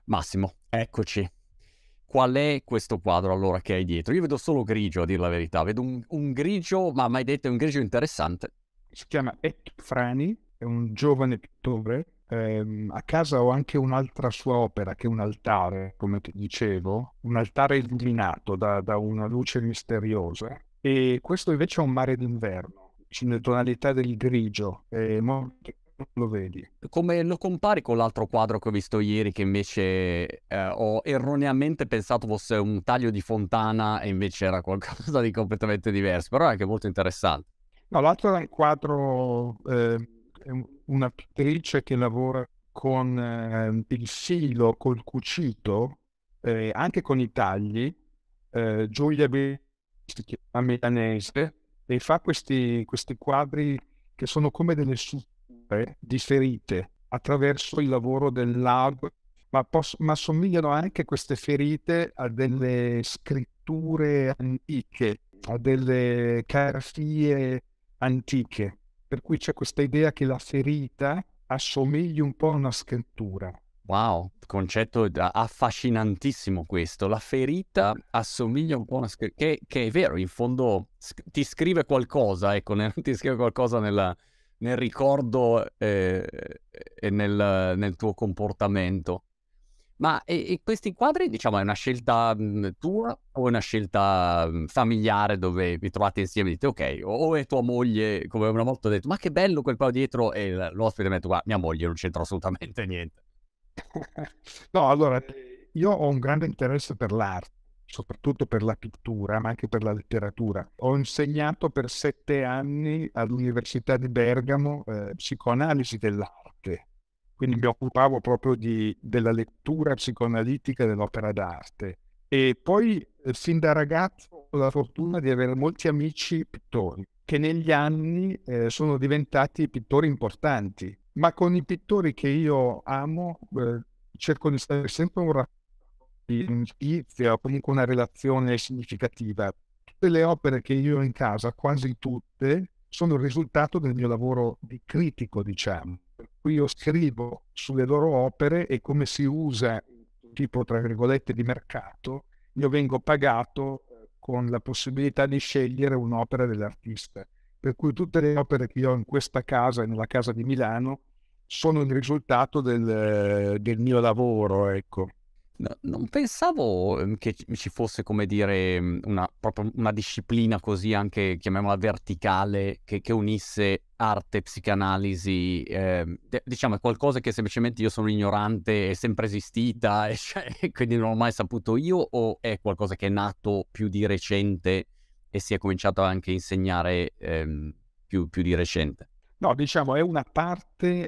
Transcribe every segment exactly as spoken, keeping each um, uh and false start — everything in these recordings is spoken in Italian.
Massimo, eccoci. Qual è questo quadro allora che hai dietro? Io vedo solo grigio, a dir la verità. Vedo un, un grigio, ma mai detto è un grigio interessante. Si chiama Ettore Frani, è un giovane pittore. Ehm, a casa ho anche un'altra sua opera, che è un altare, come ti dicevo, un altare illuminato da, da una luce misteriosa. E questo invece è un mare d'inverno, in tonalità del grigio, e molto lo vedi. Come lo compari con l'altro quadro che ho visto ieri, che invece eh, ho erroneamente pensato fosse un taglio di fontana e invece era qualcosa di completamente diverso, però è anche molto interessante. No, l'altro è un quadro, eh, è un- una pittrice che lavora con eh, il filo, col cucito, eh, anche con i tagli. eh, Giulia Be- si chiama milanese, e fa questi, questi quadri che sono come delle suture di ferite attraverso il lavoro del lago, ma, poss- ma somigliano anche queste ferite a delle scritture antiche, a delle calligrafie antiche, per cui c'è questa idea che la ferita assomigli un po' a una scrittura. Wow, concetto da- affascinantissimo questo. La ferita assomiglia un po' a una scri- che, che è vero, in fondo sc- ti scrive qualcosa, ecco, nel- ti scrive qualcosa nella- nel ricordo eh, e nel, nel tuo comportamento. Ma e, e questi quadri, diciamo, è una scelta mh, tua o è una scelta mh, familiare dove vi trovate insieme e dite ok, o, o è tua moglie, come una volta ho detto, ma che bello quel paio dietro, e l- l'ospite mi ha detto, guarda, mia moglie non c'entra assolutamente niente. No, allora, io ho un grande interesse per l'arte, soprattutto per la pittura, ma anche per la letteratura. Ho insegnato per sette anni all'Università di Bergamo eh, psicoanalisi dell'arte, quindi mi occupavo proprio di- della lettura psicoanalitica dell'opera d'arte. E poi, eh, fin da ragazzo, ho la fortuna di avere molti amici pittori che negli anni eh, sono diventati pittori importanti, ma con i pittori che io amo eh, cerco di stare sempre un rapporto di amicizia o comunque una relazione significativa. Tutte le opere che io ho in casa, quasi tutte, sono il risultato del mio lavoro di critico, diciamo. Per cui io scrivo sulle loro opere e come si usa, tipo tra virgolette, di mercato, io vengo pagato eh, con la possibilità di scegliere un'opera dell'artista. Per cui tutte le opere che io ho in questa casa e nella casa di Milano sono il risultato del, del mio lavoro, ecco. No, non pensavo ehm, che ci ci fosse, come dire, mh, una, proprio una disciplina così anche, chiamiamola verticale, che, che unisse arte e psicanalisi. ehm, de- diciamo, è qualcosa che semplicemente io sono ignorante, è sempre esistita, e, cioè, e quindi non ho mai saputo io, o è qualcosa che è nato più di recente e si è cominciato anche a insegnare ehm, più, più di recente? No, diciamo, è una parte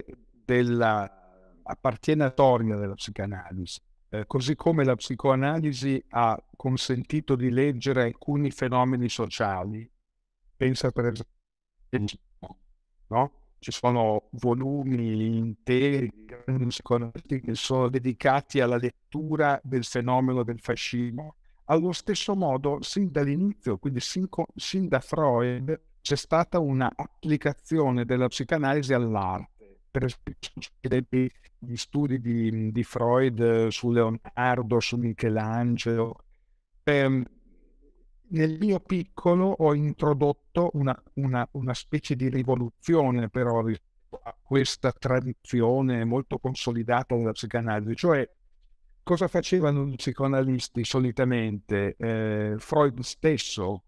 della, appartiene alla storia della psicanalisi. Eh, così come la psicoanalisi ha consentito di leggere alcuni fenomeni sociali. Pensa per esempio, no? Ci sono volumi interi di psicoanalisti che sono dedicati alla lettura del fenomeno del fascismo. Allo stesso modo, sin dall'inizio, quindi sin, co- sin da Freud, c'è stata una applicazione della psicanalisi all'arte. Per esempio, gli studi di, di Freud eh, su Leonardo, su Michelangelo. Ehm, Nel mio piccolo ho introdotto una, una- una specie di rivoluzione però rispetto a questa tradizione molto consolidata della psicanalisi, cioè cosa facevano gli psicoanalisti solitamente? Eh, Freud stesso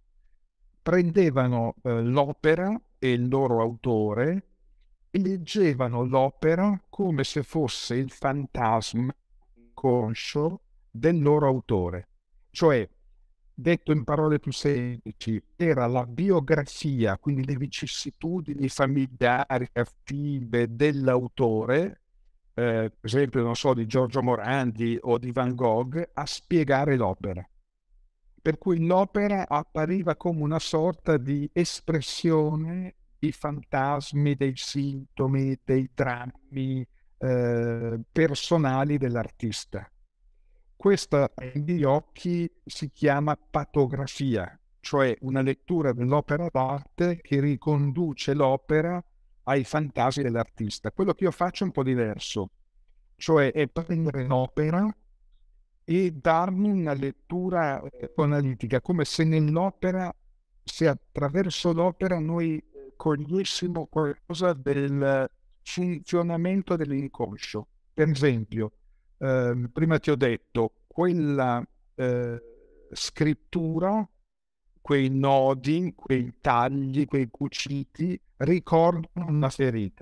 prendevano eh, l'opera e il loro autore e leggevano l'opera come se fosse il fantasma conscio del loro autore. Cioè, detto in parole più semplici, era la biografia, quindi le vicissitudini familiari, attive dell'autore, eh, per esempio, non so, di Giorgio Morandi o di Van Gogh, a spiegare l'opera. Per cui l'opera appariva come una sorta di espressione di fantasmi, dei sintomi, dei drammi eh, personali dell'artista. Questa ai miei occhi si chiama patografia, cioè una lettura dell'opera d'arte che riconduce l'opera ai fantasmi dell'artista. Quello che io faccio è un po' diverso. cioè è prendere l'opera e dargli una lettura eh, analitica, come se nell'opera, se attraverso l'opera noi eh, cogliessimo qualcosa del funzionamento dell'inconscio. Per esempio, ehm, prima ti ho detto, quella eh, scrittura, quei nodi, quei tagli, quei cuciti ricordano una ferita.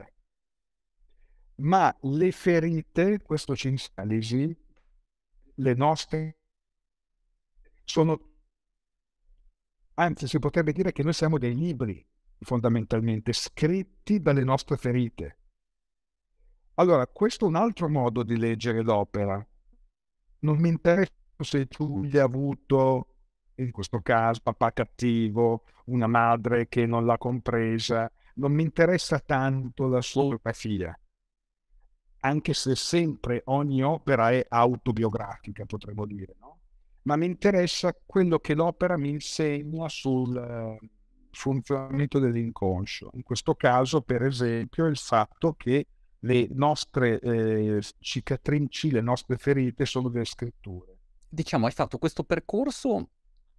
Ma le ferite, questo ci analisi, le nostre sono, anzi si potrebbe dire che noi siamo dei libri fondamentalmente scritti dalle nostre ferite. Allora, questo è un altro modo di leggere l'opera. Non mi interessa se tu gli hai avuto, in questo caso, papà cattivo, una madre che non l'ha compresa, non mi interessa tanto la sua biografia, anche se sempre ogni opera è autobiografica, potremmo dire, no? Ma mi interessa quello che l'opera mi insegna sul eh, funzionamento dell'inconscio. In questo caso, per esempio, il fatto che le nostre eh, cicatrici, le nostre ferite sono delle scritture. Diciamo, hai fatto questo percorso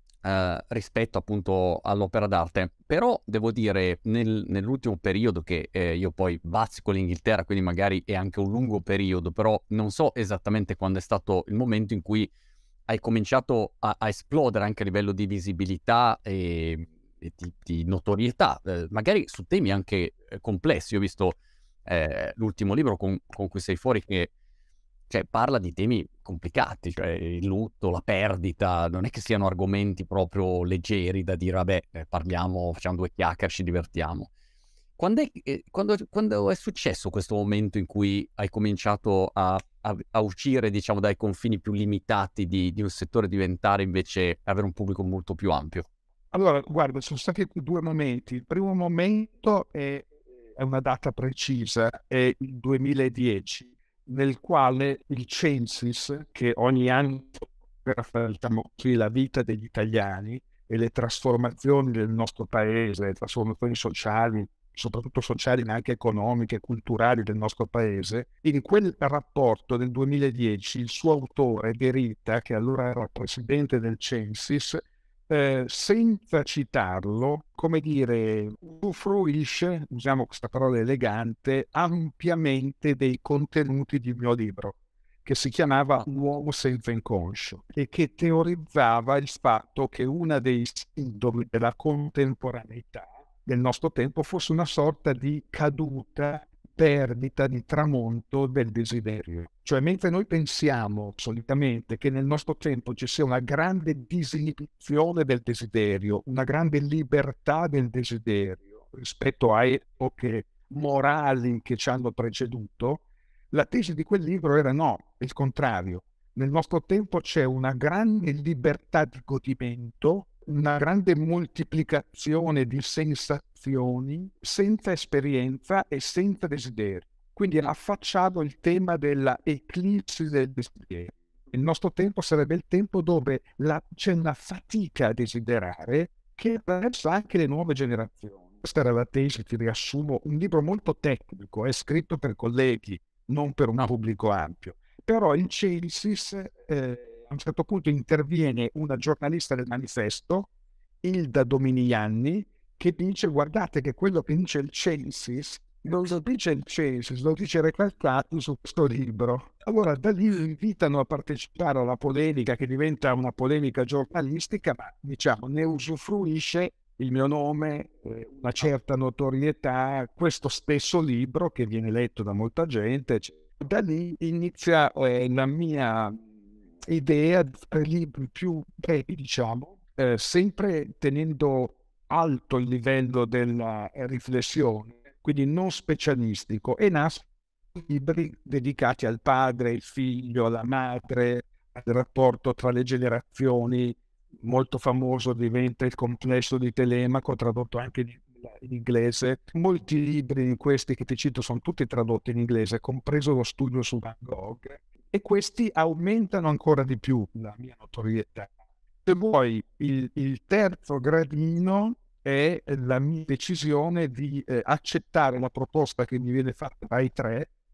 eh, rispetto appunto all'opera d'arte, però devo dire nel- nell'ultimo periodo che eh, io poi bazzico l'Inghilterra, quindi magari è anche un lungo periodo, però non so esattamente quando è stato il momento in cui hai cominciato a, a esplodere anche a livello di visibilità e, e di, di notorietà, eh, magari su temi anche eh, complessi. Io ho visto eh, l'ultimo libro con, con cui sei fuori che cioè, parla di temi complicati, cioè il lutto, la perdita, non è che siano argomenti proprio leggeri da dire, vabbè, eh, parliamo, facciamo due chiacchiere, ci divertiamo. Quando è, eh, quando, quando è successo questo momento in cui hai cominciato a, a, a uscire, diciamo, dai confini più limitati di, di un settore e diventare invece, avere un pubblico molto più ampio? Allora, guarda, sono stati due momenti. Il primo momento è, è una data precisa, è il duemiladieci, nel quale il Censis, che ogni anno fotografa, diciamo così, la vita degli italiani e le trasformazioni del nostro paese, le trasformazioni sociali, soprattutto sociali ma anche economiche e culturali del nostro paese, in quel rapporto del duemiladieci il suo autore, Gherita, che allora era presidente del Censis, eh, senza citarlo, come dire, usufruisce, usiamo questa parola elegante, ampiamente dei contenuti di un mio libro, che si chiamava L'uomo senza inconscio e che teorizzava il fatto che una dei sintomi della contemporaneità del nostro tempo fosse una sorta di caduta, perdita, di tramonto del desiderio. Cioè, mentre noi pensiamo solitamente che nel nostro tempo ci sia una grande disinibizione del desiderio, una grande libertà del desiderio rispetto a epoche morali che ci hanno preceduto, la tesi di quel libro era no, il contrario. Nel nostro tempo c'è una grande libertà di godimento, una grande moltiplicazione di sensazioni senza esperienza e senza desiderio. Quindi affacciavo il tema della eclissi del desiderio. Il nostro tempo sarebbe il tempo dove la, c'è una fatica a desiderare che attraversa anche le nuove generazioni. Questa era la tesi, ti riassumo, un libro molto tecnico, è scritto per colleghi, non per un No. pubblico ampio. Però in Censis eh, a un certo punto interviene una giornalista del Manifesto, Ilda Dominiani, che dice guardate che quello che dice il Censis non lo dice il Censis, lo dice Recalcati su questo libro. Allora da lì lo invitano a partecipare alla polemica che diventa una polemica giornalistica, ma diciamo ne usufruisce il mio nome, eh, una certa notorietà, questo stesso libro che viene letto da molta gente. Da lì inizia eh, la mia idea di fare libri più brevi, diciamo, eh, sempre tenendo alto il livello della riflessione, quindi non specialistico, e nascono libri dedicati al padre, il figlio, alla madre, al rapporto tra le generazioni. Molto famoso diventa Il complesso di Telemaco, tradotto anche in in inglese. Molti libri di questi che ti cito sono tutti tradotti in inglese, compreso lo studio su Van Gogh, e questi aumentano ancora di più la mia notorietà. Se vuoi, il, il terzo gradino è la mia decisione di eh, accettare la proposta che mi viene fatta dai tre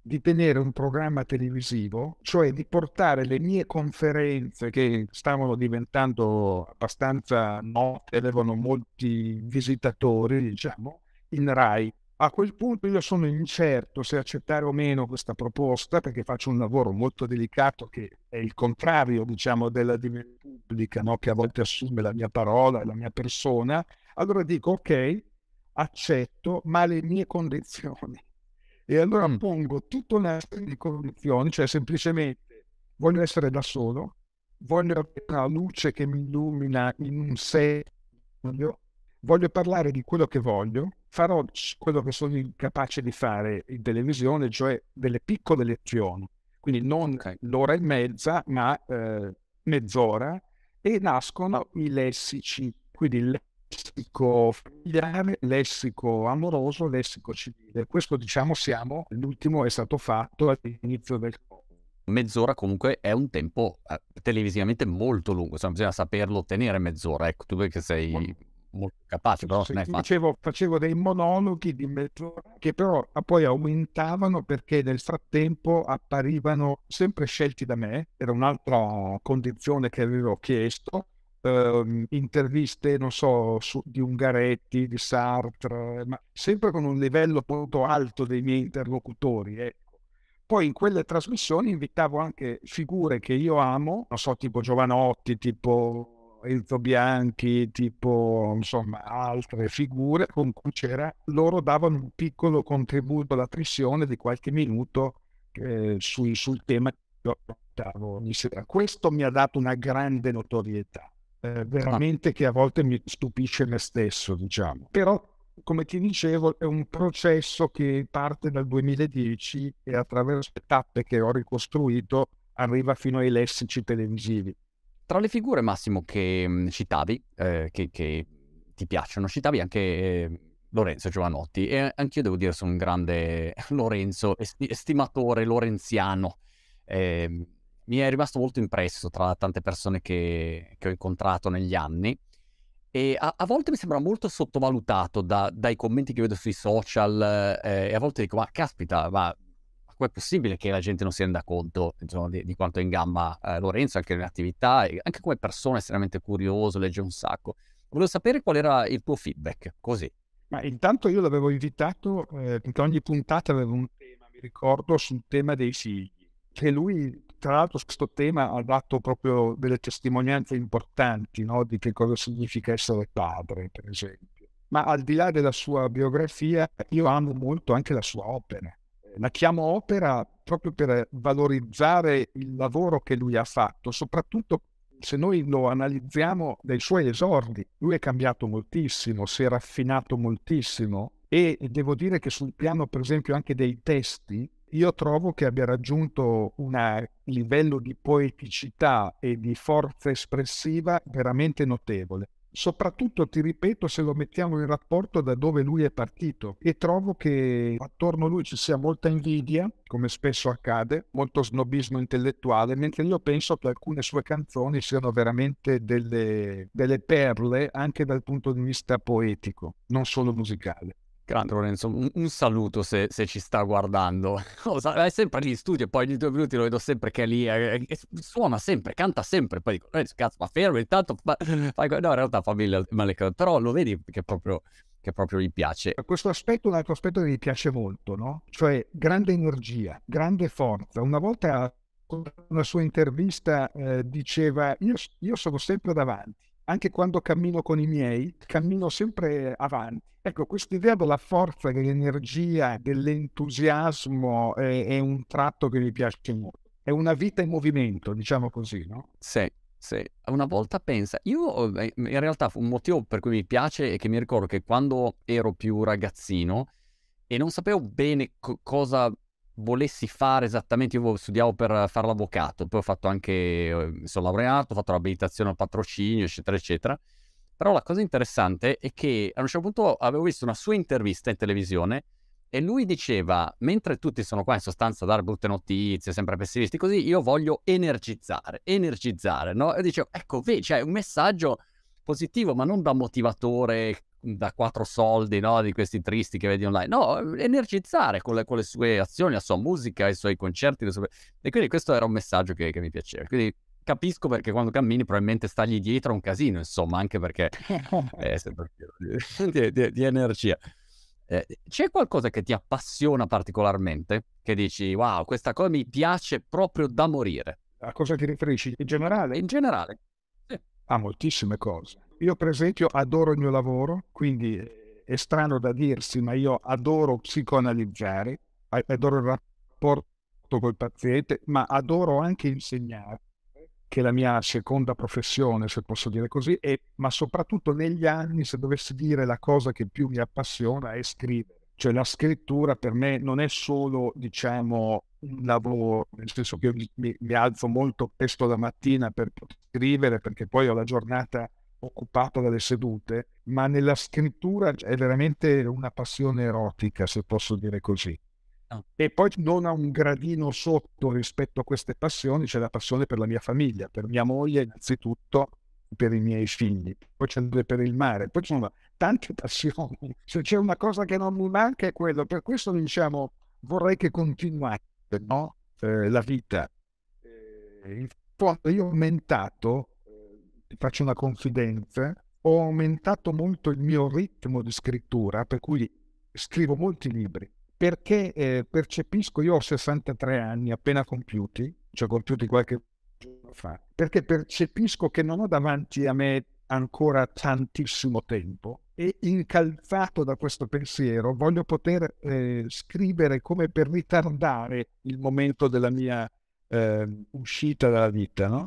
di tenere un programma televisivo, cioè di portare le mie conferenze che stavano diventando abbastanza note, avevano molti visitatori, diciamo, in Rai. A quel punto io sono incerto se accettare o meno questa proposta, perché faccio un lavoro molto delicato che è il contrario, diciamo, della dimensione pubblica, no? Che a volte assume la mia parola e la mia persona. Allora dico, ok, accetto, ma le mie condizioni. E allora Mm. pongo tutta una serie di condizioni, cioè semplicemente voglio essere da solo, voglio avere una luce che mi illumina in un set, voglio, voglio parlare di quello che voglio, farò quello che sono incapace di fare in televisione, cioè delle piccole lezioni, quindi non Ok. l'ora e mezza, ma eh, mezz'ora, e nascono i lessici, quindi il lessico familiare, lessico amoroso, lessico civile. Questo, diciamo, siamo, l'ultimo è stato fatto all'inizio del Covid. Mezz'ora comunque è un tempo eh, televisivamente molto lungo, insomma, bisogna saperlo tenere mezz'ora, ecco, tu perché sei molto capace, però non è facile. Facevo, facevo dei monologhi di mezz'ora che però poi aumentavano perché nel frattempo apparivano sempre scelti da me, era un'altra condizione che avevo chiesto, eh, interviste, non so, su, di Ungaretti, di Sartre, ma sempre con un livello molto alto dei miei interlocutori, ecco. Poi in quelle trasmissioni invitavo anche figure che io amo, non so, tipo Giovanotti, tipo Enzo Bianchi, tipo insomma altre figure con cui c'era, loro davano un piccolo contributo alla trasmissione di qualche minuto eh, sul, sul tema che io affrontavo ogni sera. Questo mi ha dato una grande notorietà, eh, Ah, veramente che a volte mi stupisce me stesso, diciamo. Però come ti dicevo, è un processo che parte dal duemiladieci e attraverso le tappe che ho ricostruito arriva fino ai lessici televisivi. tra le figure, Massimo, che mh, citavi, eh, che, che ti piacciono, citavi anche eh, Lorenzo Giovanotti, e anch'io devo dire sono un grande Lorenzo, esti- estimatore lorenziano. Eh, mi è rimasto molto impresso tra tante persone che, che ho incontrato negli anni, e a, a volte mi sembra molto sottovalutato da- dai commenti che vedo sui social, eh, e a volte dico, ma caspita, ma com'è possibile che la gente non si renda conto, insomma, di, di quanto è in gamba eh, Lorenzo, anche nelle attività, e anche come persona estremamente curioso, legge un sacco. Volevo sapere qual era il tuo feedback, così. Ma intanto io l'avevo invitato, eh, perché ogni puntata aveva un tema, mi ricordo, sul tema dei figli. Che lui, tra l'altro, su questo tema ha dato proprio delle testimonianze importanti, no? Di che cosa significa essere padre, per esempio. Ma al di là della sua biografia, io amo molto anche la sua opera. La chiamo opera proprio per valorizzare il lavoro che lui ha fatto, soprattutto se noi lo analizziamo dai suoi esordi. Lui è cambiato moltissimo, si è raffinato moltissimo e devo dire che sul piano, per esempio, anche dei testi, io trovo che abbia raggiunto un livello di poeticità e di forza espressiva veramente notevole. Soprattutto, ti ripeto, se lo mettiamo in rapporto da dove lui è partito, e trovo che attorno a lui ci sia molta invidia, come spesso accade, molto snobismo intellettuale, mentre io penso che alcune sue canzoni siano veramente delle, delle perle anche dal punto di vista poetico, non solo musicale. Grande Lorenzo, un, un saluto se, se ci sta guardando. Oh, sa- è sempre lì in studio, e poi ogni due minuti lo vedo sempre che è lì, eh, eh, suona sempre, canta sempre, poi dico, Lorenzo, cazzo, ma fermo, intanto fa- fai... que-" No, in realtà fa mille, mille cose, però lo vedi che proprio, che proprio gli piace. Questo aspetto è un altro aspetto che mi piace molto, no? Cioè grande energia, grande forza. Una volta, con una sua intervista, eh, diceva, io, io sono sempre davanti, anche quando cammino con i miei, cammino sempre avanti. Ecco, quest'idea della forza, dell'energia, dell'entusiasmo è, è un tratto che mi piace molto. È una vita in movimento, diciamo così, no? Sì, sì. Una volta pensa, io eh, in realtà un motivo per cui mi piace è che mi ricordo che quando ero più ragazzino e non sapevo bene co- cosa volessi fare esattamente, io studiavo per fare l'avvocato, poi ho fatto anche, eh, mi sono laureato, ho fatto l'abilitazione al patrocinio, eccetera, eccetera. Però la cosa interessante è che a un certo punto avevo visto una sua intervista in televisione e lui diceva, mentre tutti sono qua in sostanza a dare brutte notizie, sempre pessimisti, così io voglio energizzare, energizzare, no? E dicevo, ecco, vedi, c'è un messaggio positivo, ma non da motivatore da quattro soldi, no, di questi tristi che vedi online. No, energizzare con le, con le sue azioni, la sua musica, i suoi concerti, le sue... E quindi questo era un messaggio che, che mi piaceva. Quindi capisco perché quando cammini probabilmente stagli dietro a un casino, insomma, anche perché è sempre pieno di, di, di, di energia. Eh, c'è qualcosa che ti appassiona particolarmente? Che dici, wow, questa cosa mi piace proprio da morire? A cosa ti riferisci? In generale? In generale? Sì. A moltissime cose. Io per esempio adoro il mio lavoro, quindi è strano da dirsi, ma io adoro psicoanalizzare, adoro il rapporto col paziente, ma adoro anche insegnare, che è la mia seconda professione, se posso dire così, e, ma soprattutto negli anni, se dovessi dire la cosa che più mi appassiona, è scrivere. Cioè la scrittura per me non è solo, diciamo, un lavoro, nel senso che io mi, mi alzo molto presto la mattina per poter scrivere, perché poi ho la giornata occupata dalle sedute, ma nella scrittura è veramente una passione erotica, se posso dire così. No. E poi non a un gradino sotto rispetto a queste passioni c'è la passione per la mia famiglia, per mia moglie innanzitutto, per i miei figli, poi c'è per il mare, poi ci sono tante passioni. Se c'è una cosa che non mi manca è quello, per questo diciamo vorrei che continuasse, no? Eh, la vita. Eh, in fondo io ho aumentato, eh, ti faccio una confidenza, ho aumentato molto il mio ritmo di scrittura, per cui scrivo molti libri, perché eh, percepisco, io ho sessantatré anni appena compiuti, cioè compiuti qualche giorno fa, perché percepisco che non ho davanti a me ancora tantissimo tempo e incalzato da questo pensiero voglio poter eh, scrivere come per ritardare il momento della mia eh, uscita dalla vita, no?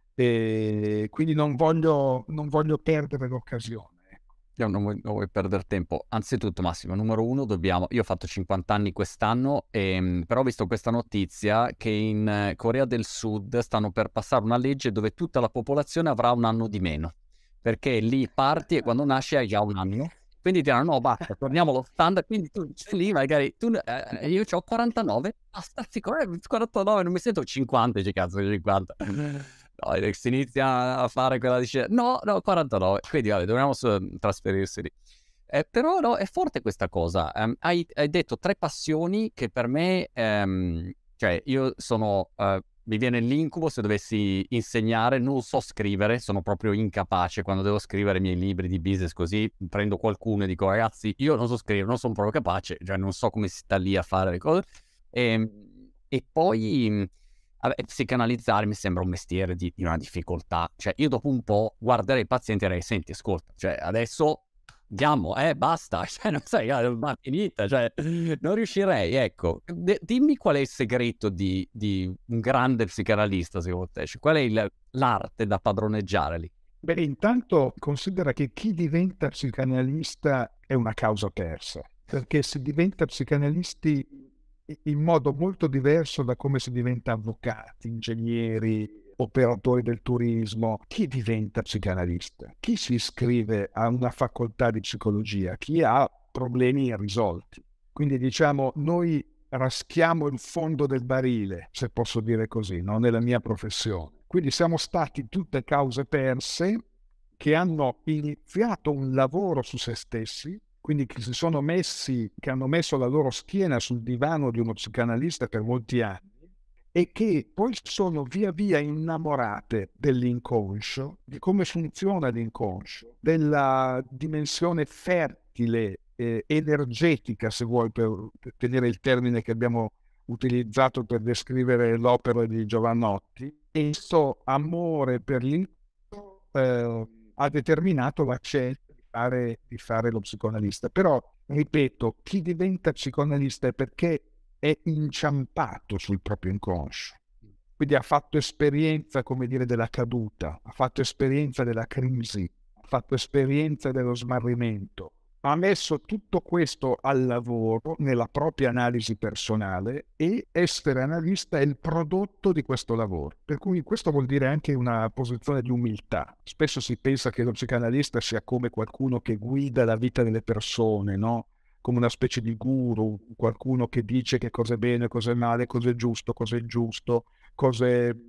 E quindi non voglio, non voglio perdere l'occasione. Io non vuoi, non vuoi perdere tempo. Anzitutto, Massimo, numero uno, dobbiamo... Io ho fatto cinquanta anni quest'anno, e, però ho visto questa notizia che in eh, Corea del Sud stanno per passare una legge dove tutta la popolazione avrà un anno di meno. Perché lì parti e quando nasci hai già un anno. Quindi diranno, no, basta, torniamo allo standard. Quindi tu sei lì, magari, tu, eh, io ho quarantanove, basta, sì, quarantanove, non mi sento cinquanta, dici, cazzo, cinquanta. No, si inizia a fare quella dice no, no, quarantanove, quindi vabbè, dobbiamo su- trasferirsi lì. Eh, però no, è forte questa cosa. Ehm, hai, hai detto tre passioni che per me, ehm, cioè io sono, eh, mi viene l'incubo se dovessi insegnare, non so scrivere, sono proprio incapace quando devo scrivere i miei libri di business così, prendo qualcuno e dico ragazzi, io non so scrivere, non sono proprio capace, cioè non so come si sta lì a fare le cose. E, e poi... Vabbè, psicanalizzare mi sembra un mestiere di, di una difficoltà. Cioè, io dopo un po' guarderei il paziente e direi, senti, ascolta, cioè, adesso andiamo, eh, basta, cioè, non sai, ma finita, cioè, non riuscirei, ecco. D- dimmi qual è il segreto di, di un grande psicanalista, secondo te? Cioè, qual è il- l'arte da padroneggiare lì? Beh, intanto considera che chi diventa psicanalista è una causa persa, perché si diventa psicanalisti in modo molto diverso da come si diventa avvocati, ingegneri, operatori del turismo. Chi diventa psicanalista? Chi si iscrive a una facoltà di psicologia? Chi ha problemi irrisolti? Quindi diciamo, noi raschiamo il fondo del barile, se posso dire così, no? Nella mia professione. Quindi siamo stati tutte cause perse che hanno iniziato un lavoro su se stessi, quindi che si sono messi, che hanno messo la loro schiena sul divano di uno psicanalista per molti anni e che poi sono via via innamorate dell'inconscio, di come funziona l'inconscio, della dimensione fertile, eh, energetica, se vuoi, per, per tenere il termine che abbiamo utilizzato per descrivere l'opera di Giovannotti, e questo amore per l'inconscio eh, ha determinato la scelta di fare, di fare lo psicoanalista. Però, ripeto, chi diventa psicoanalista è perché è inciampato sul proprio inconscio. Quindi ha fatto esperienza, come dire, della caduta, ha fatto esperienza della crisi, ha fatto esperienza dello smarrimento. Ha messo tutto questo al lavoro nella propria analisi personale e essere analista è il prodotto di questo lavoro. Per cui questo vuol dire anche una posizione di umiltà. Spesso si pensa che lo psicanalista sia come qualcuno che guida la vita delle persone, no? Come una specie di guru, qualcuno che dice che cosa è bene, cosa è male, cosa è giusto, cosa è ingiusto, cosa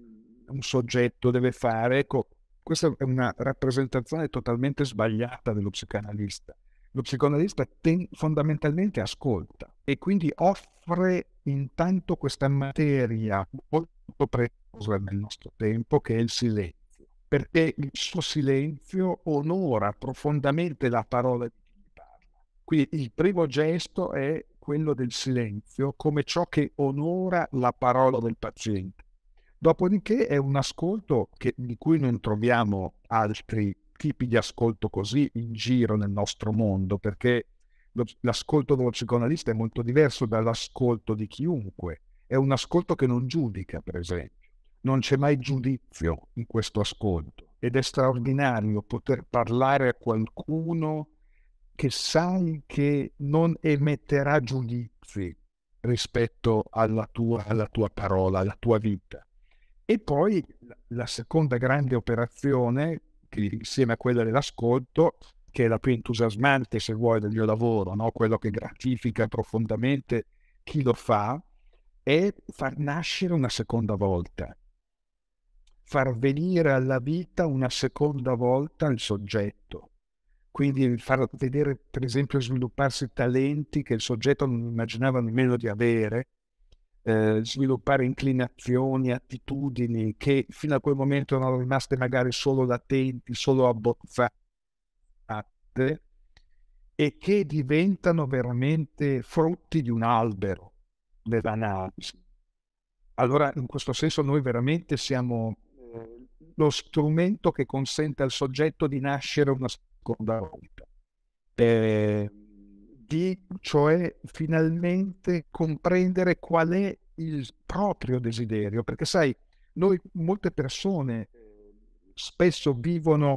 un soggetto deve fare. Ecco, questa è una rappresentazione totalmente sbagliata dello psicanalista. lo psicoanalista ten- fondamentalmente ascolta e quindi offre intanto questa materia molto preziosa nel nostro tempo, che è il silenzio, perché il suo silenzio onora profondamente la parola di chi gli parla. Quindi il primo gesto è quello del silenzio come ciò che onora la parola del paziente. Dopodiché è un ascolto che, di cui non troviamo altri tipi di ascolto così in giro nel nostro mondo, perché lo- l'ascolto dello psicoanalista è molto diverso dall'ascolto di chiunque. È un ascolto che non giudica, per esempio. Non c'è mai giudizio in questo ascolto ed è straordinario poter parlare a qualcuno che sai che non emetterà giudizi rispetto alla tua, alla tua parola, alla tua vita. E poi la la seconda grande operazione, che insieme a quella dell'ascolto, che è la più entusiasmante, se vuoi, del mio lavoro, no? Quello che gratifica profondamente chi lo fa, è far nascere una seconda volta, far venire alla vita una seconda volta il soggetto. Quindi far vedere, per esempio, svilupparsi talenti che il soggetto non immaginava nemmeno di avere, eh, sviluppare inclinazioni, attitudini che fino a quel momento erano rimaste magari solo latenti, solo abbozzate e che diventano veramente frutti di un albero dell'analisi. Allora, in questo senso, noi veramente siamo eh, lo strumento che consente al soggetto di nascere una seconda volta, eh, di cioè finalmente comprendere qual è il proprio desiderio, perché sai, noi molte persone eh, spesso vivono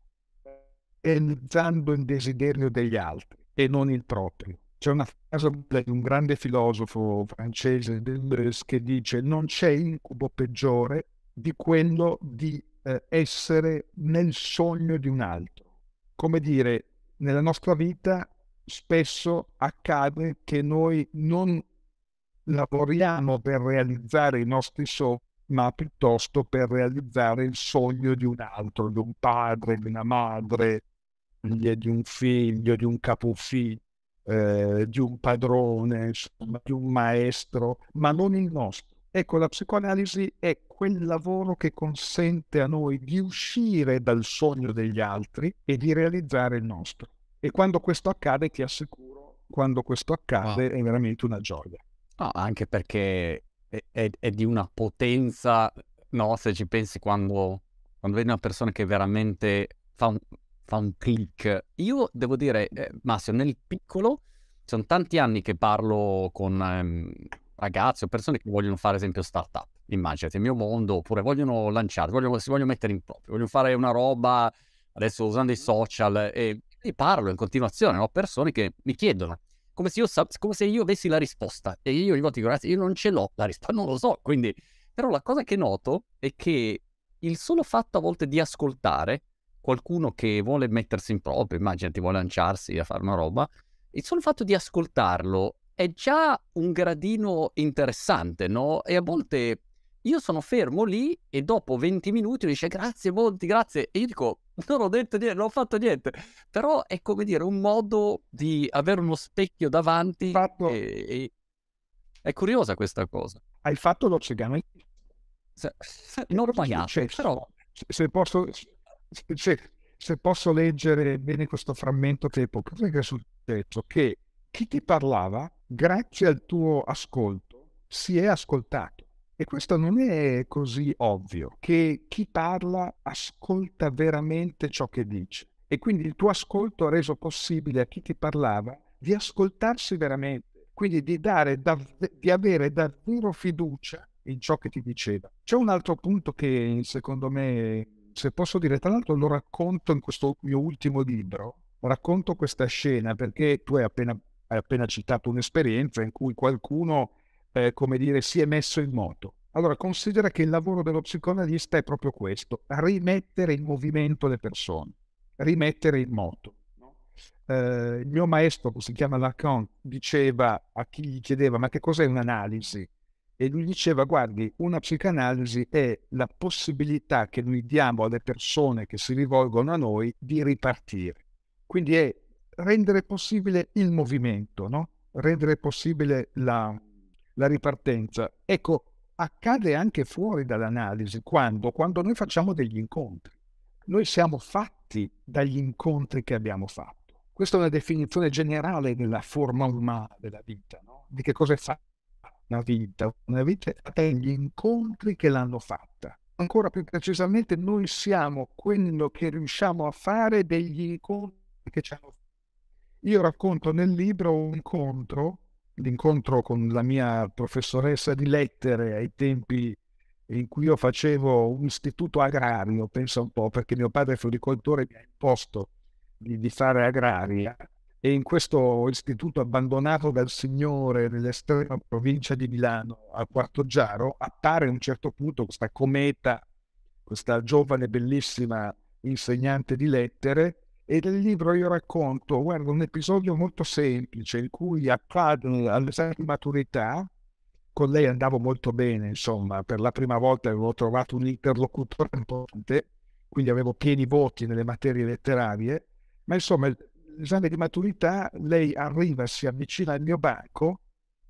realizzando il desiderio degli altri e non il proprio. C'è una frase di un grande filosofo francese, Deleuze, che dice: non c'è incubo peggiore di quello di eh, essere nel sogno di un altro. Come dire, nella nostra vita spesso accade che noi non lavoriamo per realizzare i nostri sogni, ma piuttosto per realizzare il sogno di un altro, di un padre, di una madre, di un figlio, di un capofiglio, eh, di un padrone, insomma, di un maestro, ma non il nostro. Ecco, la psicoanalisi è quel lavoro che consente a noi di uscire dal sogno degli altri e di realizzare il nostro. E quando questo accade, ti assicuro, quando questo accade Wow. è veramente una gioia. No, anche perché è, è- è di una potenza, no? Se ci pensi quando, quando vedi una persona che veramente fa un, fa un click. Io devo dire, eh, Massimo, nel piccolo, sono tanti anni che parlo con ehm, ragazzi o persone che vogliono fare, ad esempio, startup. Immaginate, il mio mondo, oppure vogliono lanciare, vogliono, si vogliono mettere in proprio, vogliono fare una roba, adesso usando i social, e, e parlo in continuazione, ho persone che mi chiedono come se io, sap- come se io avessi la risposta e io ogni volta dico ragazzi io non ce l'ho la risposta, non lo so, quindi però la cosa che noto è che il solo fatto a volte di ascoltare qualcuno che vuole mettersi in proprio, immaginati vuole lanciarsi a fare una roba, il solo fatto di ascoltarlo è già un gradino interessante, no? E a volte io sono fermo lì e dopo venti minuti dice grazie Monti, grazie, e io dico non ho detto niente, non ho fatto niente. Però è come dire un modo di avere uno specchio davanti Fatto, e, e- è curiosa questa cosa. hai fatto lo cigano? Se- se- Che non cosa è pagato, però successo? Se se posso, se, se posso leggere bene questo frammento tempo, cosa che è successo? Che chi ti parlava, grazie al tuo ascolto, si è ascoltato. E questo non è così ovvio, che chi parla ascolta veramente ciò che dice. E quindi il tuo ascolto ha reso possibile a chi ti parlava di ascoltarsi veramente, quindi di dare dav- di avere davvero fiducia in ciò che ti diceva. C'è un altro punto che secondo me, se posso dire, tra l'altro lo racconto in questo mio ultimo libro, racconto questa scena perché tu hai appena, hai appena citato un'esperienza in cui qualcuno, eh, come dire, si è messo in moto. Allora, considera che il lavoro dello psicoanalista è proprio questo, rimettere in movimento le persone, rimettere in moto. No? Eh, il mio maestro, che si chiama Lacan, diceva a chi gli chiedeva ma che cos'è un'analisi? E lui diceva, guardi, una psicanalisi è la possibilità che noi diamo alle persone che si rivolgono a noi di ripartire. Quindi è rendere possibile il movimento, no? Rendere possibile la, la ripartenza. Ecco, accade anche fuori dall'analisi, quando? Quando noi facciamo degli incontri. Noi siamo fatti dagli incontri che abbiamo fatto. Questa è una definizione generale della forma umana della vita, no? Di che cosa è fatta una vita. Una vita è fatta dagli incontri che l'hanno fatta. Ancora più precisamente, noi siamo quello che riusciamo a fare degli incontri che ci hanno fatto. Io racconto nel libro un incontro, l'incontro con la mia professoressa di lettere ai tempi in cui io facevo un istituto agrario, pensa un po', perché mio padre floricoltore mi ha imposto di, di fare agraria, e in questo istituto abbandonato dal signore nell'estrema provincia di Milano, a Quartoggiaro, appare a un certo punto questa cometa, questa giovane bellissima insegnante di lettere, e nel libro io racconto, guarda, un episodio molto semplice in cui accade all'esame di maturità. Con lei andavo molto bene, insomma, per la prima volta avevo trovato un interlocutore importante, quindi avevo pieni voti nelle materie letterarie, ma insomma l'esame di maturità, lei arriva, si avvicina al mio banco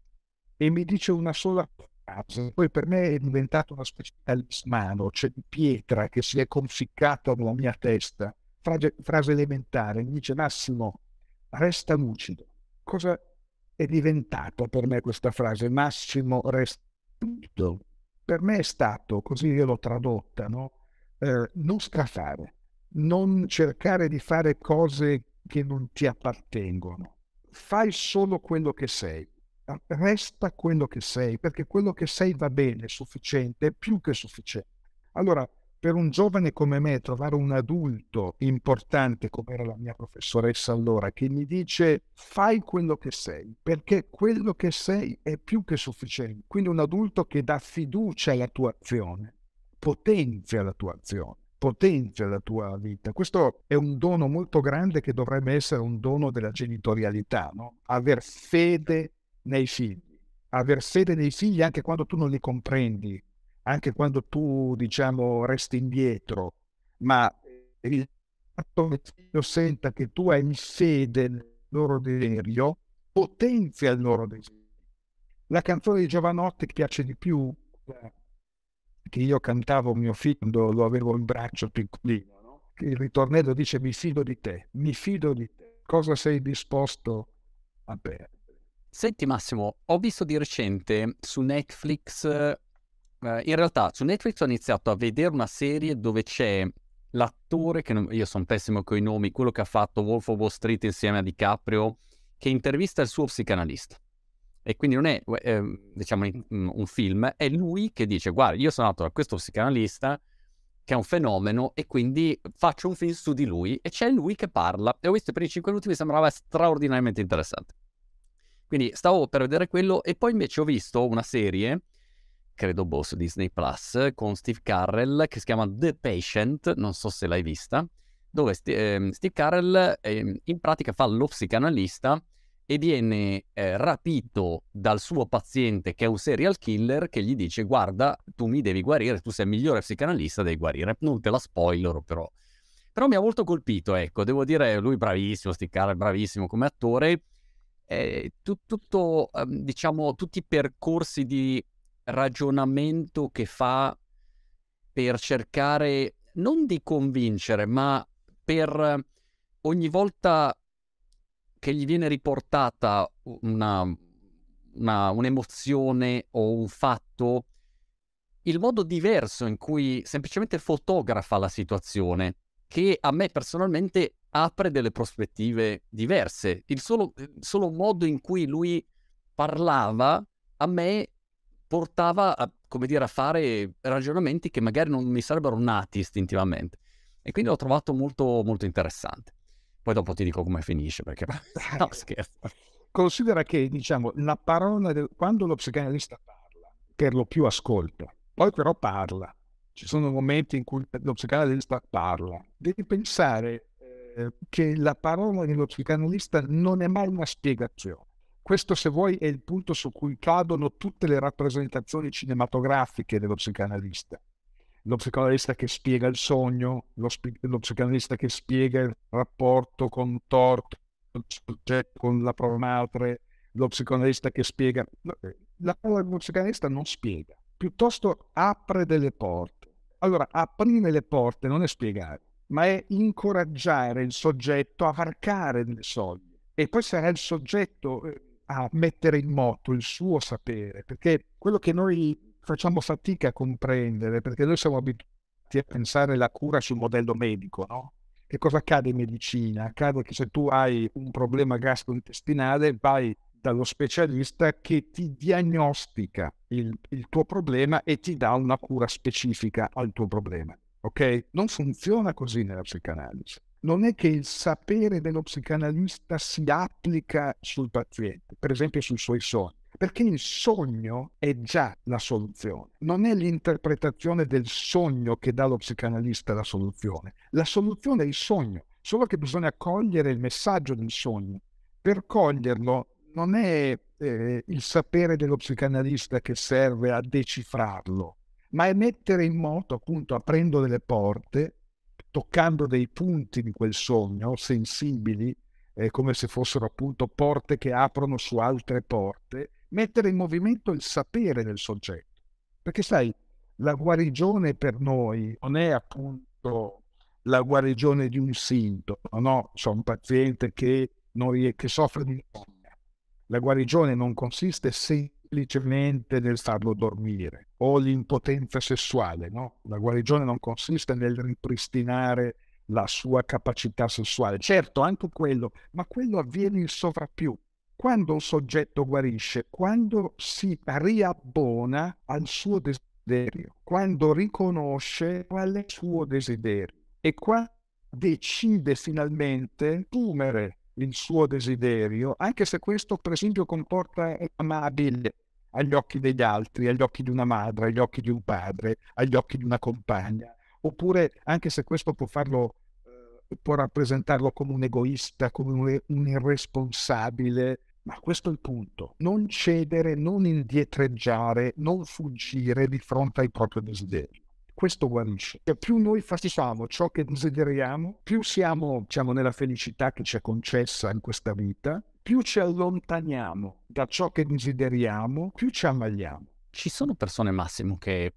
e mi dice una sola frase. Poi per me è diventato una specie di talismano, cioè di pietra che si è conficcata nella mia testa. Frase, frase elementare, mi dice: Massimo, resta lucido. Cosa è diventato per me questa frase? Massimo, resta lucido. Per me è stato, così io l'ho tradotta, no? Eh, non strafare, non cercare di fare cose che non ti appartengono. Fai solo quello che sei. Resta quello che sei, perché quello che sei va bene, è sufficiente, è più che sufficiente. Allora, per un giovane come me, trovare un adulto importante, come era la mia professoressa allora, che mi dice: fai quello che sei, perché quello che sei è più che sufficiente. Quindi un adulto che dà fiducia alla tua azione, potenzia la tua azione, potenzia la tua vita. Questo è un dono molto grande, che dovrebbe essere un dono della genitorialità, no? Aver fede nei figli, aver fede nei figli anche quando tu non li comprendi, anche quando tu, diciamo, resti indietro, ma il fatto che il figlio senta che tu hai fede nel loro desiderio potenzia il loro desiderio. La canzone di Giovanotti che piace di più, che io cantavo a mio figlio quando lo avevo in braccio piccolino, no? Il ritornello dice: mi fido di te, mi fido di te, cosa sei disposto a perdere? Senti Massimo, ho visto di recente su Netflix, eh, in realtà su Netflix ho iniziato a vedere una serie dove c'è l'attore, che non, io sono pessimo con i nomi, quello che ha fatto Wolf of Wall Street insieme a DiCaprio, che intervista il suo psicanalista. E quindi non è, eh, diciamo, un film, è lui che dice: guarda, io sono andato da questo psicanalista che è un fenomeno e quindi faccio un film su di lui, e c'è lui che parla, e ho visto per i cinque minuti, mi sembrava straordinariamente interessante. Quindi stavo per vedere quello, e poi invece ho visto una serie, credo boh, su Disney Plus, con Steve Carell, che si chiama The Patient, non so se l'hai vista, dove st- eh, Steve Carell eh, in pratica fa lo psicanalista e viene eh, rapito dal suo paziente, che è un serial killer, che gli dice: guarda, tu mi devi guarire, tu sei il migliore psicanalista, devi guarire. Non te la spoilerò, però. Però mi ha molto colpito, ecco, devo dire, lui bravissimo, Steve Carell bravissimo come attore. Eh, tu, tutto, ehm, diciamo, tutti i percorsi di ragionamento che fa per cercare, non di convincere, ma per ogni volta che gli viene riportata una, una, un'emozione o un fatto, il modo diverso in cui semplicemente fotografa la situazione, che a me personalmente apre delle prospettive diverse. Il solo, il solo modo in cui lui parlava a me portava a, come dire, a fare ragionamenti che magari non mi sarebbero nati istintivamente. E quindi l'ho trovato molto, molto interessante. Poi dopo ti dico come finisce, perché no, scherzo. Considera che, diciamo, la parola del... quando lo psicanalista parla, per lo più ascolta, poi però parla. Ci sono momenti in cui lo psicanalista parla. Devi pensare eh, che la parola dello psicanalista non è mai una spiegazione. Questo, se vuoi, è il punto su cui cadono tutte le rappresentazioni cinematografiche dello psicanalista. Lo psicanalista che spiega il sogno, lo, spi- lo psicanalista che spiega il rapporto con un torto, con la prova madre, lo psicoanalista che spiega. La parola dello psicoanalista non spiega, piuttosto apre delle porte. Allora, aprire le porte non è spiegare, ma è incoraggiare il soggetto a varcare delle soglie. E poi sarà il soggetto a mettere in moto il suo sapere, perché quello che noi facciamo fatica a comprendere, perché noi siamo abituati a pensare la cura sul modello medico, no? Che cosa accade in medicina? Accade che se tu hai un problema gastrointestinale vai dallo specialista che ti diagnostica il, il tuo problema e ti dà una cura specifica al tuo problema. Ok? Non funziona così nella psicanalisi. Non è che il sapere dello psicanalista si applica sul paziente, per esempio sui suoi sogni, perché il sogno è già la soluzione. Non è l'interpretazione del sogno che dà lo psicanalista la soluzione. La soluzione è il sogno, solo che bisogna cogliere il messaggio del sogno. Per coglierlo non è eh, il sapere dello psicanalista che serve a decifrarlo, ma è mettere in moto, appunto, aprendo delle porte, toccando dei punti di quel sogno sensibili, eh, come se fossero appunto porte che aprono su altre porte, mettere in movimento il sapere del soggetto. Perché sai, la guarigione per noi non è appunto la guarigione di un sintomo, no? C'è un paziente che, non rie- che soffre di insonnia. La guarigione non consiste semplicemente nel farlo dormire o l'impotenza sessuale, no? La guarigione non consiste nel ripristinare la sua capacità sessuale. Certo, anche quello, ma quello avviene in sovrappiù. Quando un soggetto guarisce, quando si riabbona al suo desiderio, quando riconosce qual è il suo desiderio e quando decide finalmente assumere il suo desiderio, anche se questo per esempio comporta amabile agli occhi degli altri, agli occhi di una madre, agli occhi di un padre, agli occhi di una compagna, oppure anche se questo può farlo, eh, può rappresentarlo come un egoista, come un, un irresponsabile, ma questo è il punto: non cedere, non indietreggiare, non fuggire di fronte ai propri desideri. Questo guarisce. E più noi facciamo ciò che desideriamo, più siamo, diciamo, nella felicità che ci è concessa in questa vita, più ci allontaniamo da ciò che desideriamo, più ci ammaliamo. Ci sono persone, Massimo, che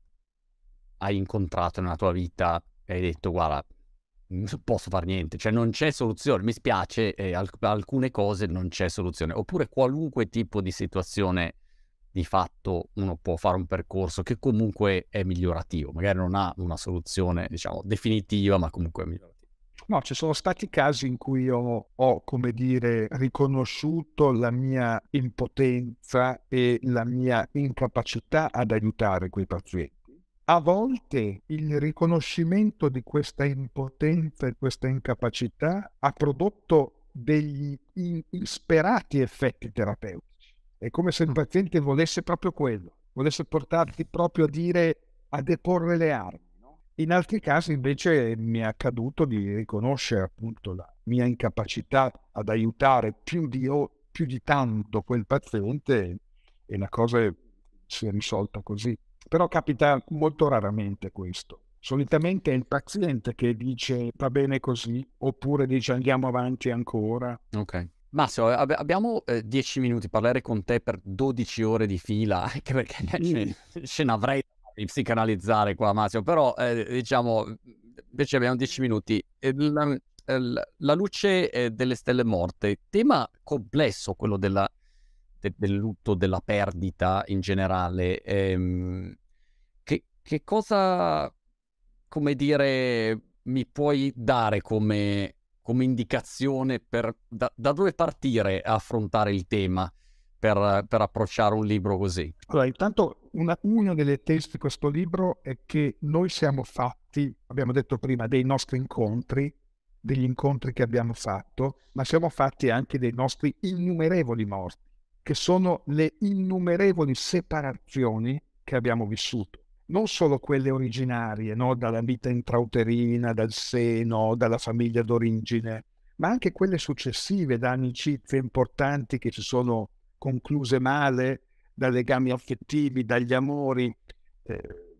hai incontrato nella tua vita e hai detto guarda, non posso fare niente, cioè non c'è soluzione, mi spiace, e alc- alcune cose non c'è soluzione, oppure qualunque tipo di situazione di fatto uno può fare un percorso che comunque è migliorativo, magari non ha una soluzione, diciamo, definitiva, ma comunque è migliorativo. No, ci sono stati casi in cui ho, ho, come dire, riconosciuto la mia impotenza e la mia incapacità ad aiutare quei pazienti. A volte il riconoscimento di questa impotenza e questa incapacità ha prodotto degli insperati effetti terapeutici. È come se il paziente volesse proprio quello, volesse portarti proprio a dire, a deporre le armi. No? In altri casi invece mi è accaduto di riconoscere appunto la mia incapacità ad aiutare più di, più di tanto quel paziente e la cosa si è risolta così. Però capita molto raramente questo. Solitamente è il paziente che dice va bene così, oppure dice andiamo avanti ancora. Ok. Massimo, ab- abbiamo eh, dieci minuti, parlare con te per dodici ore di fila, anche perché ce, ce n'avrei di psicanalizzare qua, Massimo, però eh, diciamo, invece abbiamo dieci minuti. Eh, La, la- la luce eh, delle stelle morte, tema complesso quello della, de- del lutto, della perdita in generale. Ehm, che, che cosa, come dire, mi puoi dare come come indicazione per da, da dove partire a affrontare il tema per, per approcciare un libro così? Allora, intanto una, una delle tesi di questo libro è che noi siamo fatti, abbiamo detto prima, dei nostri incontri, degli incontri che abbiamo fatto, ma siamo fatti anche dei nostri innumerevoli morti, che sono le innumerevoli separazioni che abbiamo vissuto. Non solo quelle originarie, no? Dalla vita intrauterina, dal seno, dalla famiglia d'origine, ma anche quelle successive, da amicizie importanti che si sono concluse male, da legami affettivi, dagli amori, eh,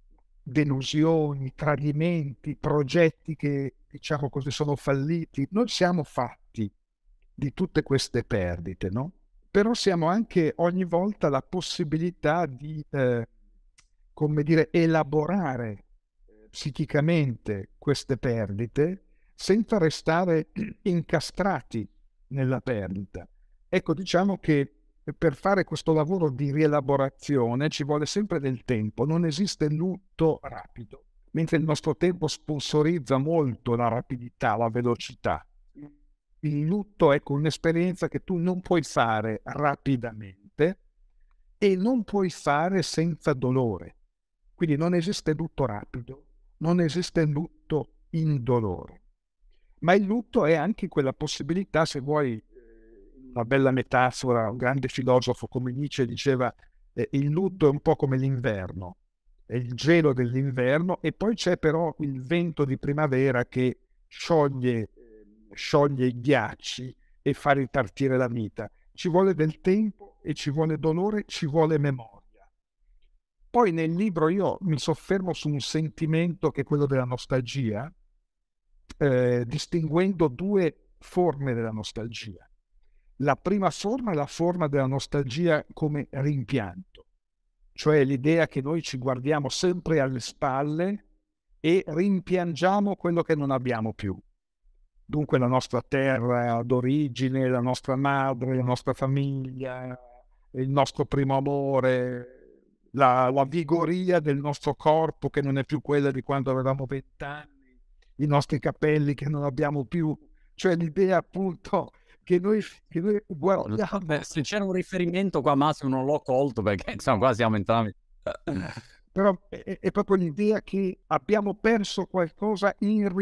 delusioni, tradimenti, progetti che, diciamo così, sono falliti. Noi siamo fatti di tutte queste perdite, no? Però siamo anche ogni volta la possibilità di, eh, come dire, elaborare psichicamente queste perdite senza restare incastrati nella perdita. Ecco, diciamo che per fare questo lavoro di rielaborazione ci vuole sempre del tempo, non esiste lutto rapido, mentre il nostro tempo sponsorizza molto la rapidità, la velocità. Il lutto è un'esperienza che tu non puoi fare rapidamente e non puoi fare senza dolore. Quindi non esiste lutto rapido, non esiste lutto indolore. Ma il lutto è anche quella possibilità, se vuoi, una bella metafora, un grande filosofo come Nietzsche diceva, eh, il lutto è un po' come l'inverno, è il gelo dell'inverno e poi c'è però il vento di primavera che scioglie, scioglie i ghiacci e fa ripartire la vita. Ci vuole del tempo e ci vuole dolore, ci vuole memoria. Poi nel libro io mi soffermo su un sentimento che è quello della nostalgia, eh, distinguendo due forme della nostalgia. La prima forma è la forma della nostalgia come rimpianto, cioè l'idea che noi ci guardiamo sempre alle spalle e rimpiangiamo quello che non abbiamo più. Dunque la nostra terra d'origine, la nostra madre, la nostra famiglia, il nostro primo amore, la, la vigoria del nostro corpo che non è più quella di quando avevamo vent'anni, i nostri capelli che non abbiamo più, cioè l'idea appunto che noi, che noi guardiamo. Beh, se c'era un riferimento qua, Massimo, non l'ho colto perché insomma qua siamo entrambi. Però è, è proprio l'idea che abbiamo perso qualcosa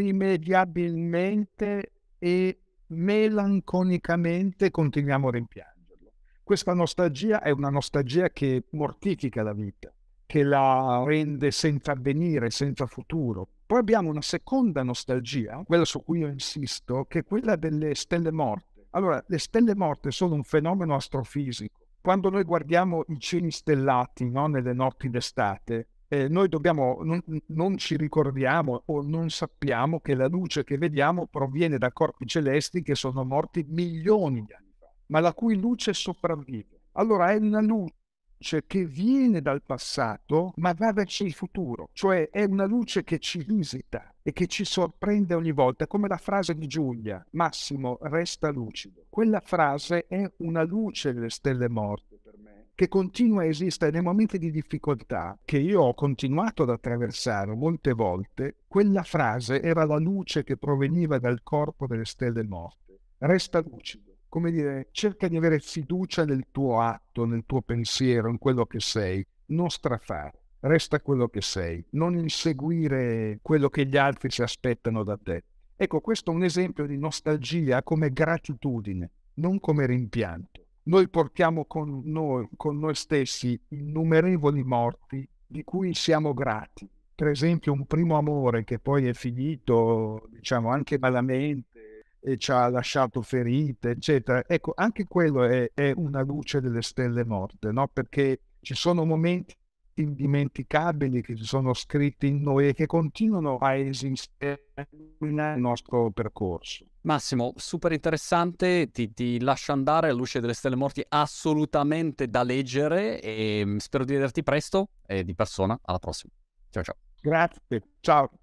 irrimediabilmente e melanconicamente continuiamo a rimpiangerlo. Questa nostalgia è una nostalgia che mortifica la vita, che la rende senza avvenire, senza futuro. Poi abbiamo una seconda nostalgia, quella su cui io insisto, che è quella delle stelle morte. Allora, le stelle morte sono un fenomeno astrofisico. Quando noi guardiamo i cieli stellati, no, nelle notti d'estate, eh, noi dobbiamo, non, non ci ricordiamo o non sappiamo che la luce che vediamo proviene da corpi celesti che sono morti milioni di anni fa, ma la cui luce sopravvive. Allora è una luce che viene dal passato ma va verso il futuro, cioè è una luce che ci visita e che ci sorprende ogni volta, come la frase di Giulia, Massimo resta lucido. Quella frase è una luce delle stelle morte per me, che continua a esistere nei momenti di difficoltà che io ho continuato ad attraversare molte volte. Quella frase era la luce che proveniva dal corpo delle stelle morte. Resta lucido. Come dire, cerca di avere fiducia nel tuo atto, nel tuo pensiero, in quello che sei, non strafare, resta quello che sei, non inseguire quello che gli altri si aspettano da te. Ecco, questo è un esempio di nostalgia come gratitudine, non come rimpianto. Noi portiamo con noi, con noi stessi innumerevoli morti di cui siamo grati. Per esempio un primo amore che poi è finito, diciamo, anche malamente, e ci ha lasciato ferite, eccetera. Ecco, anche quello è, è una luce delle stelle morte, no? Perché ci sono momenti indimenticabili che si sono scritti in noi e che continuano a esistere nel nostro percorso. Massimo, super interessante, ti, ti lascio andare, a luce delle stelle morti, assolutamente da leggere e spero di vederti presto e di persona. Alla prossima. Ciao ciao. Grazie, ciao.